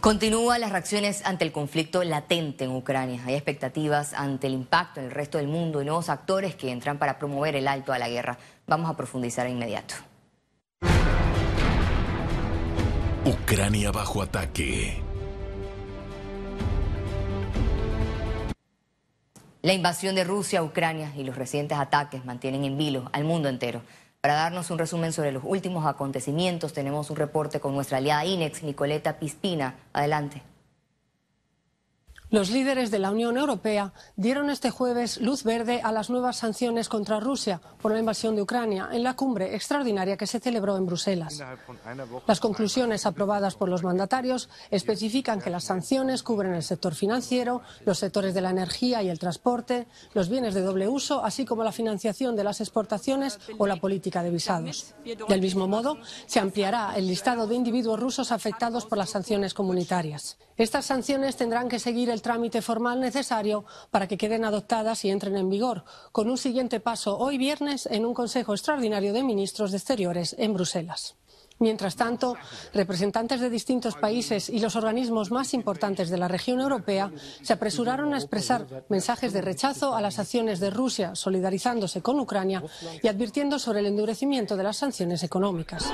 Continúan las reacciones ante el conflicto latente en Ucrania. Hay expectativas ante el impacto en el resto del mundo y nuevos actores que entran para promover el alto a la guerra. Vamos a profundizar de inmediato. Ucrania bajo ataque. La invasión de Rusia a Ucrania y los recientes ataques mantienen en vilo al mundo entero. Para darnos un resumen sobre los últimos acontecimientos, tenemos un reporte con nuestra aliada INEX, Nicoleta Pispina. Adelante. Los líderes de la Unión Europea dieron este jueves luz verde a las nuevas sanciones contra Rusia por la invasión de Ucrania en la cumbre extraordinaria que se celebró en Bruselas. Las conclusiones aprobadas por los mandatarios especifican que las sanciones cubren el sector financiero, los sectores de la energía y el transporte, los bienes de doble uso, así como la financiación de las exportaciones o la política de visados. Del mismo modo, se ampliará el listado de individuos rusos afectados por las sanciones comunitarias. Estas sanciones tendrán que seguir el trámite formal necesario para que queden adoptadas y entren en vigor, con un siguiente paso hoy viernes en un Consejo Extraordinario de Ministros de Exteriores en Bruselas. Mientras tanto, representantes de distintos países y los organismos más importantes de la región europea se apresuraron a expresar mensajes de rechazo a las acciones de Rusia, solidarizándose con Ucrania y advirtiendo sobre el endurecimiento de las sanciones económicas.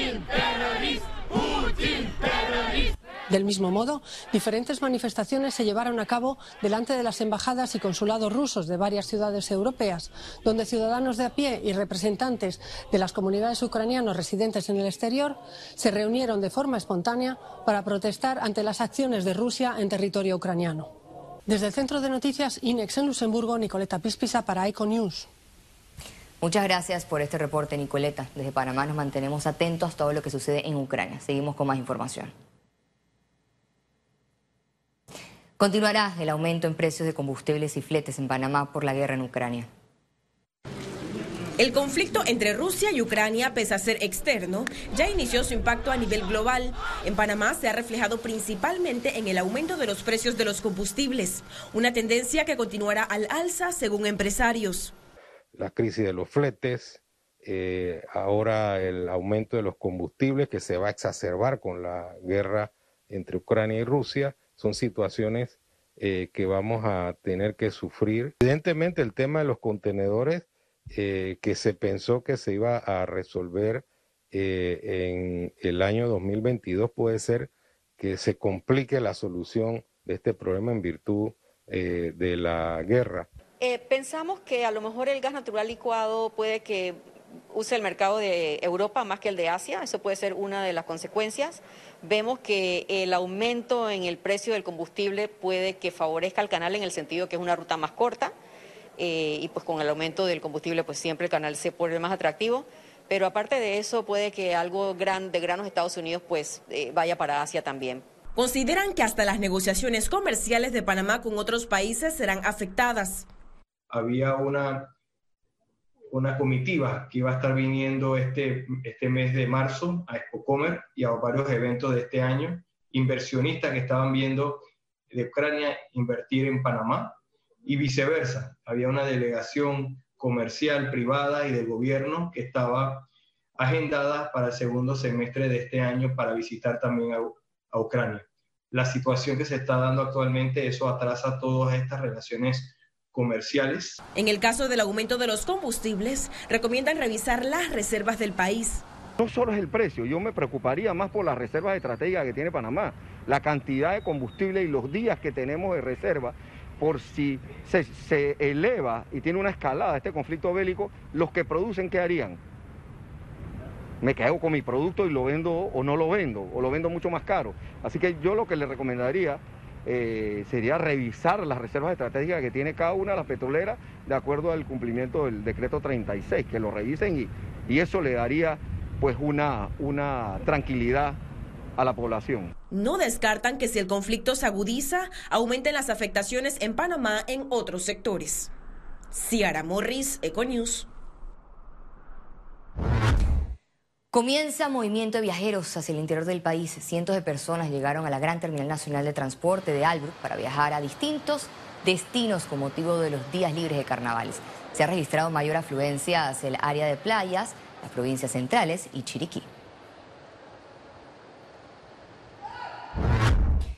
Del mismo modo, diferentes manifestaciones se llevaron a cabo delante de las embajadas y consulados rusos de varias ciudades europeas, donde ciudadanos de a pie y representantes de las comunidades ucranianos residentes en el exterior se reunieron de forma espontánea para protestar ante las acciones de Rusia en territorio ucraniano. Desde el Centro de Noticias INEX en Luxemburgo, Nicoleta Pispisa para Econews. Muchas gracias por este reporte, Nicoleta. Desde Panamá nos mantenemos atentos a todo lo que sucede en Ucrania. Seguimos con más información. Continuará el aumento en precios de combustibles y fletes en Panamá por la guerra en Ucrania. El conflicto entre Rusia y Ucrania, pese a ser externo, ya inició su impacto a nivel global. En Panamá se ha reflejado principalmente en el aumento de los precios de los combustibles, una tendencia que continuará al alza según empresarios. La crisis de los fletes, ahora el aumento de los combustibles que se va a exacerbar con la guerra entre Ucrania y Rusia, son situaciones que vamos a tener que sufrir. Evidentemente el tema de los contenedores que se pensó que se iba a resolver en el año 2022 puede ser que se complique la solución de este problema en virtud de la guerra. Pensamos que a lo mejor el gas natural licuado puede que use el mercado de Europa más que el de Asia, eso puede ser una de las consecuencias. Vemos que el aumento en el precio del combustible puede que favorezca al canal en el sentido que es una ruta más corta y pues con el aumento del combustible pues siempre el canal se pone más atractivo, pero aparte de eso puede que algo de granos de Estados Unidos pues vaya para Asia también. Consideran que hasta las negociaciones comerciales de Panamá con otros países serán afectadas. Había una comitiva que iba a estar viniendo este mes de marzo a Expocomer y a varios eventos de este año, inversionistas que estaban viendo de Ucrania invertir en Panamá y viceversa. Había una delegación comercial, privada y del gobierno que estaba agendada para el segundo semestre de este año para visitar también a Ucrania. La situación que se está dando actualmente, eso atrasa todas estas relaciones comerciales. En el caso del aumento de los combustibles, recomiendan revisar las reservas del país. No solo es el precio, yo me preocuparía más por las reservas estratégicas que tiene Panamá, la cantidad de combustible y los días que tenemos de reserva, por si se eleva y tiene una escalada este conflicto bélico, los que producen, ¿qué harían? Me quedo con mi producto y lo vendo o no lo vendo, o lo vendo mucho más caro. Así que yo lo que le recomendaría sería revisar las reservas estratégicas que tiene cada una de las petroleras de acuerdo al cumplimiento del decreto 36, que lo revisen y eso le daría pues una tranquilidad a la población. No descartan que si el conflicto se agudiza, aumenten las afectaciones en Panamá en otros sectores. Ciara Morris, Econews. Comienza movimiento de viajeros hacia el interior del país. Cientos de personas llegaron a la Gran Terminal Nacional de Transporte de Albrook para viajar a distintos destinos con motivo de los días libres de carnavales. Se ha registrado mayor afluencia hacia el área de playas, las provincias centrales y Chiriquí.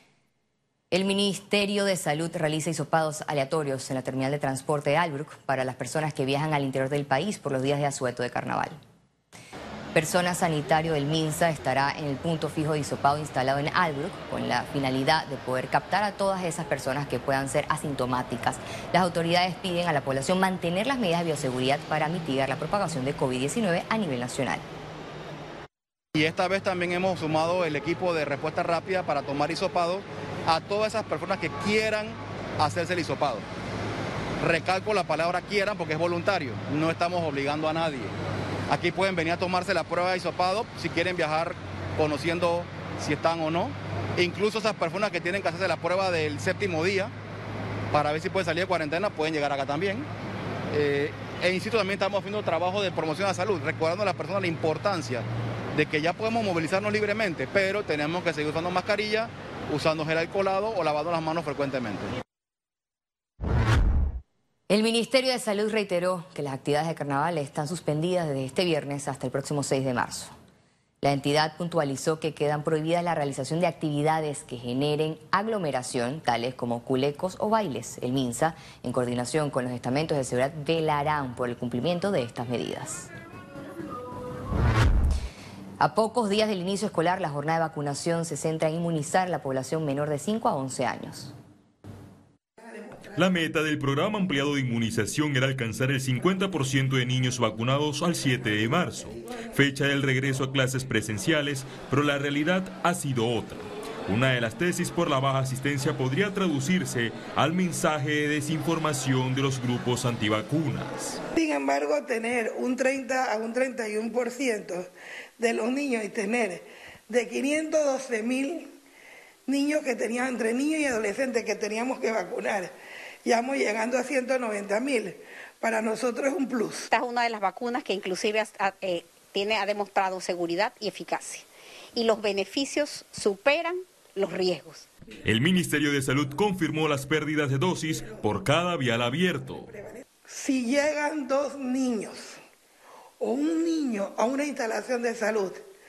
El Ministerio de Salud realiza hisopados aleatorios en la terminal de transporte de Albrook para las personas que viajan al interior del país por los días de asueto de carnaval. Personal sanitario del MINSA estará en el punto fijo de hisopado instalado en Albrook con la finalidad de poder captar a todas esas personas que puedan ser asintomáticas. Las autoridades piden a la población mantener las medidas de bioseguridad para mitigar la propagación de COVID-19 a nivel nacional. Y esta vez también hemos sumado el equipo de respuesta rápida para tomar hisopado a todas esas personas que quieran hacerse el hisopado. Recalco la palabra quieran porque es voluntario, no estamos obligando a nadie. Aquí pueden venir a tomarse la prueba de hisopado si quieren viajar conociendo si están o no. E incluso esas personas que tienen que hacerse la prueba del 7º día para ver si pueden salir de cuarentena pueden llegar acá también. Insisto, también estamos haciendo trabajo de promoción a la salud, recordando a las personas la importancia de que ya podemos movilizarnos libremente, pero tenemos que seguir usando mascarilla, usando gel alcoholado o lavando las manos frecuentemente. El Ministerio de Salud reiteró que las actividades de carnaval están suspendidas desde este viernes hasta el próximo 6 de marzo. La entidad puntualizó que quedan prohibidas la realización de actividades que generen aglomeración, tales como culecos o bailes. El MINSA, en coordinación con los estamentos de seguridad, velarán por el cumplimiento de estas medidas. A pocos días del inicio escolar, la jornada de vacunación se centra en inmunizar a la población menor de 5 a 11 años. La meta del programa ampliado de inmunización era alcanzar el 50% de niños vacunados al 7 de marzo, fecha del regreso a clases presenciales, pero la realidad ha sido otra. Una de las tesis por la baja asistencia podría traducirse al mensaje de desinformación de los grupos antivacunas. Sin embargo, tener un 30 a un 31% de los niños y tener de 512.000 niños que tenían, entre niños y adolescentes que teníamos que vacunar, ya vamos llegando a 190.000. Para nosotros es un plus. Esta es una de las vacunas que inclusive ha demostrado seguridad y eficacia. Y los beneficios superan los riesgos. El Ministerio de Salud confirmó las pérdidas de dosis por cada vial abierto. Si llegan 2 niños o un niño a una instalación de salud,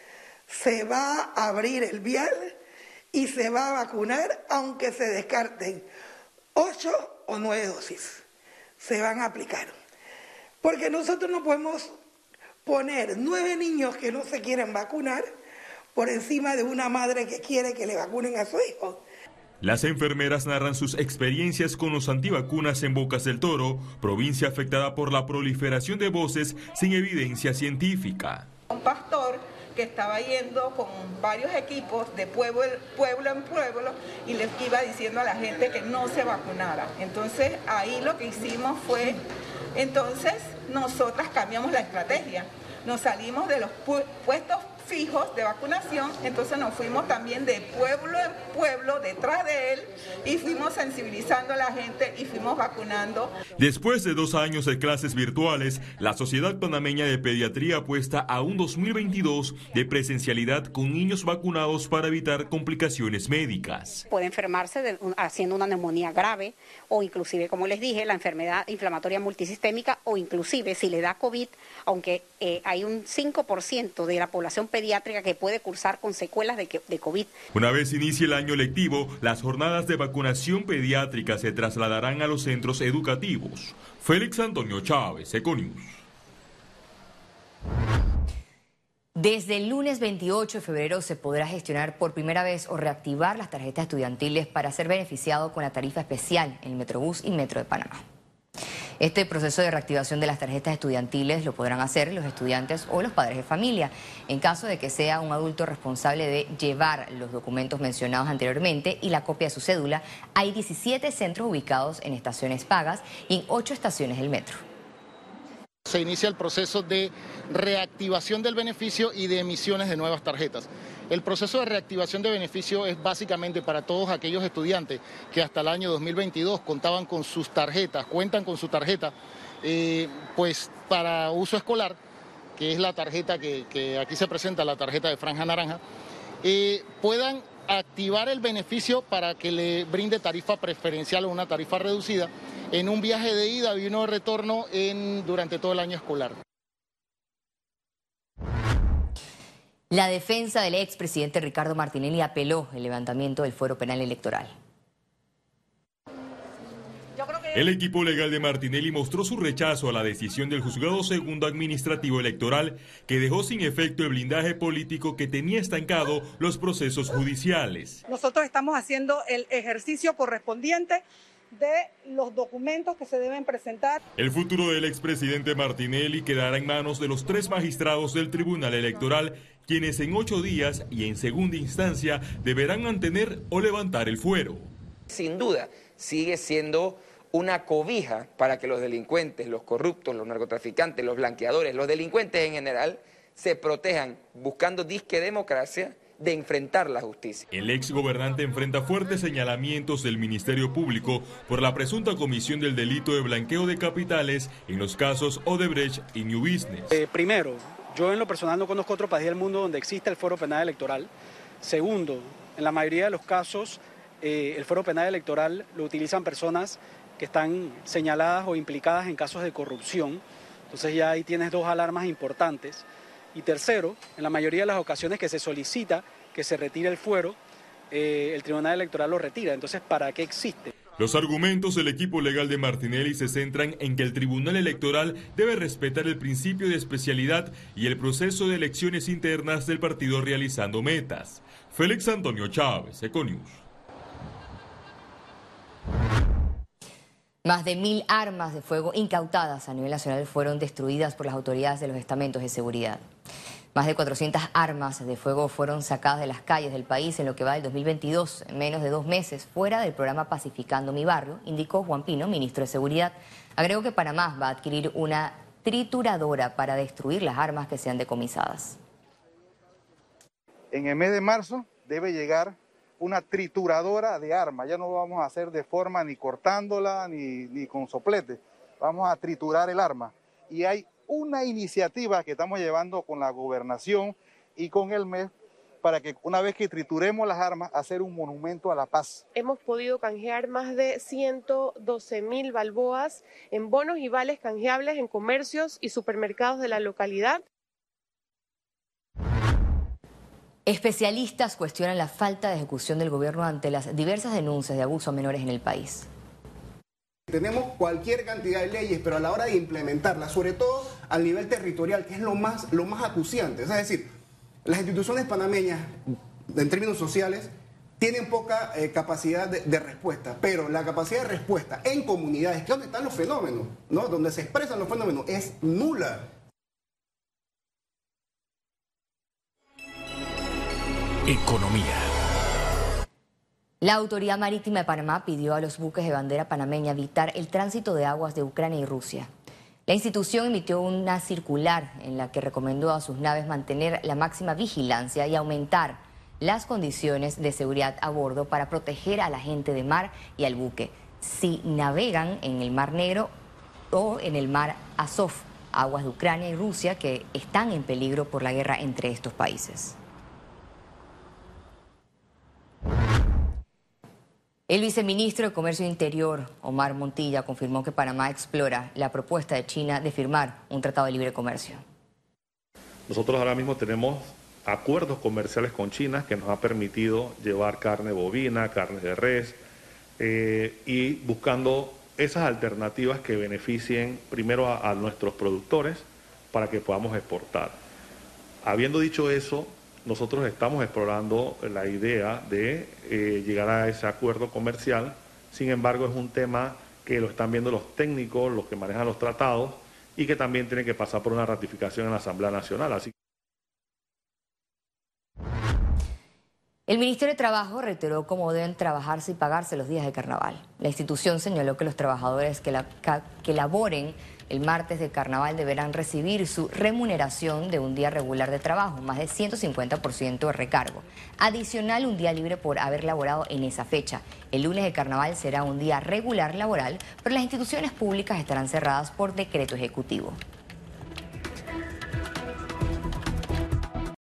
se va a abrir el vial y se va a vacunar, aunque se descarten 8 o 9 dosis. Se van a aplicar. Porque nosotros no podemos poner 9 niños que no se quieren vacunar por encima de una madre que quiere que le vacunen a su hijo. Las enfermeras narran sus experiencias con los antivacunas en Bocas del Toro, provincia afectada por la proliferación de voces sin evidencia científica. Un pastor que estaba yendo con varios equipos de pueblo en pueblo y les iba diciendo a la gente que no se vacunara. Entonces ahí lo que hicimos fue, entonces nosotras cambiamos la estrategia. Nos salimos de los puestos fijos de vacunación, entonces nos fuimos también de pueblo en pueblo detrás de él y fuimos sensibilizando a la gente y fuimos vacunando. Después de 2 años de clases virtuales, la Sociedad Panameña de Pediatría apuesta a un 2022 de presencialidad con niños vacunados para evitar complicaciones médicas. Puede enfermarse haciendo una neumonía grave o inclusive, como les dije, la enfermedad inflamatoria multisistémica o inclusive si le da COVID, aunque hay un 5% de la población pediátrica que puede cursar con secuelas de COVID. Una vez inicie el año lectivo, las jornadas de vacunación pediátrica se trasladarán a los centros educativos. Félix Antonio Chávez, Econius. Desde el lunes 28 de febrero se podrá gestionar por primera vez o reactivar las tarjetas estudiantiles para ser beneficiado con la tarifa especial en el Metrobús y Metro de Panamá. Este proceso de reactivación de las tarjetas estudiantiles lo podrán hacer los estudiantes o los padres de familia, en caso de que sea un adulto responsable de llevar los documentos mencionados anteriormente y la copia de su cédula. Hay 17 centros ubicados en estaciones pagas y en 8 estaciones del metro. Se inicia el proceso de reactivación del beneficio y de emisiones de nuevas tarjetas. El proceso de reactivación de beneficio es básicamente para todos aquellos estudiantes que hasta el año 2022 contaban con sus tarjetas, cuentan con su tarjeta, pues para uso escolar, que es la tarjeta que aquí se presenta, la tarjeta de franja naranja, puedan activar el beneficio para que le brinde tarifa preferencial o una tarifa reducida en un viaje de ida y uno de retorno durante todo el año escolar. La defensa del expresidente Ricardo Martinelli apeló el levantamiento del fuero penal electoral. El equipo legal de Martinelli mostró su rechazo a la decisión del Juzgado Segundo Administrativo Electoral que dejó sin efecto el blindaje político que tenía estancado los procesos judiciales. Nosotros estamos haciendo el ejercicio correspondiente de los documentos que se deben presentar. El futuro del expresidente Martinelli quedará en manos de los 3 magistrados del Tribunal Electoral, quienes en 8 días y en segunda instancia deberán mantener o levantar el fuero. Sin duda, sigue siendo una cobija para que los delincuentes, los corruptos, los narcotraficantes, los blanqueadores, los delincuentes en general, se protejan buscando disque democracia de enfrentar la justicia. El ex gobernante enfrenta fuertes señalamientos del Ministerio Público por la presunta comisión del delito de blanqueo de capitales en los casos Odebrecht y New Business. Primero, yo en lo personal no conozco otro país del mundo donde exista el fuero penal electoral. Segundo, en la mayoría de los casos el fuero penal electoral lo utilizan personas que están señaladas o implicadas en casos de corrupción. Entonces ya ahí tienes 2 alarmas importantes. Y tercero, en la mayoría de las ocasiones que se solicita que se retire el fuero, el Tribunal Electoral lo retira. Entonces, ¿para qué existe? Los argumentos del equipo legal de Martinelli se centran en que el Tribunal Electoral debe respetar el principio de especialidad y el proceso de elecciones internas del partido realizando metas. Félix Antonio Chávez, Econius. Más de 1000 armas de fuego incautadas a nivel nacional fueron destruidas por las autoridades de los estamentos de seguridad. Más de 400 armas de fuego fueron sacadas de las calles del país en lo que va del 2022, en menos de 2 meses, fuera del programa Pacificando mi Barrio, indicó Juan Pino, ministro de Seguridad. Agregó que Panamá va a adquirir una trituradora para destruir las armas que sean decomisadas. En el mes de marzo debe llegar una trituradora de armas. Ya no lo vamos a hacer de forma ni cortándola ni con soplete. Vamos a triturar el arma. Y hay una iniciativa que estamos llevando con la gobernación y con el MES para que una vez que trituremos las armas, hacer un monumento a la paz. Hemos podido canjear más de 112.000 balboas en bonos y vales canjeables en comercios y supermercados de la localidad. Especialistas cuestionan la falta de ejecución del gobierno ante las diversas denuncias de abuso a menores en el país. Tenemos cualquier cantidad de leyes, pero a la hora de implementarlas, sobre todo al nivel territorial, que es lo más acuciante. Es decir, las instituciones panameñas, en términos sociales, tienen poca capacidad de respuesta, pero la capacidad de respuesta en comunidades, que es donde están los fenómenos, ¿no? Donde se expresan los fenómenos, es nula. Economía. La Autoridad Marítima de Panamá pidió a los buques de bandera panameña evitar el tránsito de aguas de Ucrania y Rusia. La institución emitió una circular en la que recomendó a sus naves mantener la máxima vigilancia y aumentar las condiciones de seguridad a bordo para proteger a la gente de mar y al buque si navegan en el Mar Negro o en el Mar Azov, aguas de Ucrania y Rusia que están en peligro por la guerra entre estos países. El viceministro de Comercio Interior, Omar Montilla, confirmó que Panamá explora la propuesta de China de firmar un tratado de libre comercio. Nosotros ahora mismo tenemos acuerdos comerciales con China que nos ha permitido llevar carne bovina, carne de res, y buscando esas alternativas que beneficien primero a nuestros productores para que podamos exportar. Habiendo dicho eso, nosotros estamos explorando la idea de llegar a ese acuerdo comercial. Sin embargo, es un tema que lo están viendo los técnicos, los que manejan los tratados, y que también tiene que pasar por una ratificación en la Asamblea Nacional. Así El Ministerio de Trabajo reiteró cómo deben trabajarse y pagarse los días de carnaval. La institución señaló que los trabajadores que laboren el martes de carnaval deberán recibir su remuneración de un día regular de trabajo, más de 150% de recargo. Adicional, un día libre por haber laborado en esa fecha. El lunes de carnaval será un día regular laboral, pero las instituciones públicas estarán cerradas por decreto ejecutivo.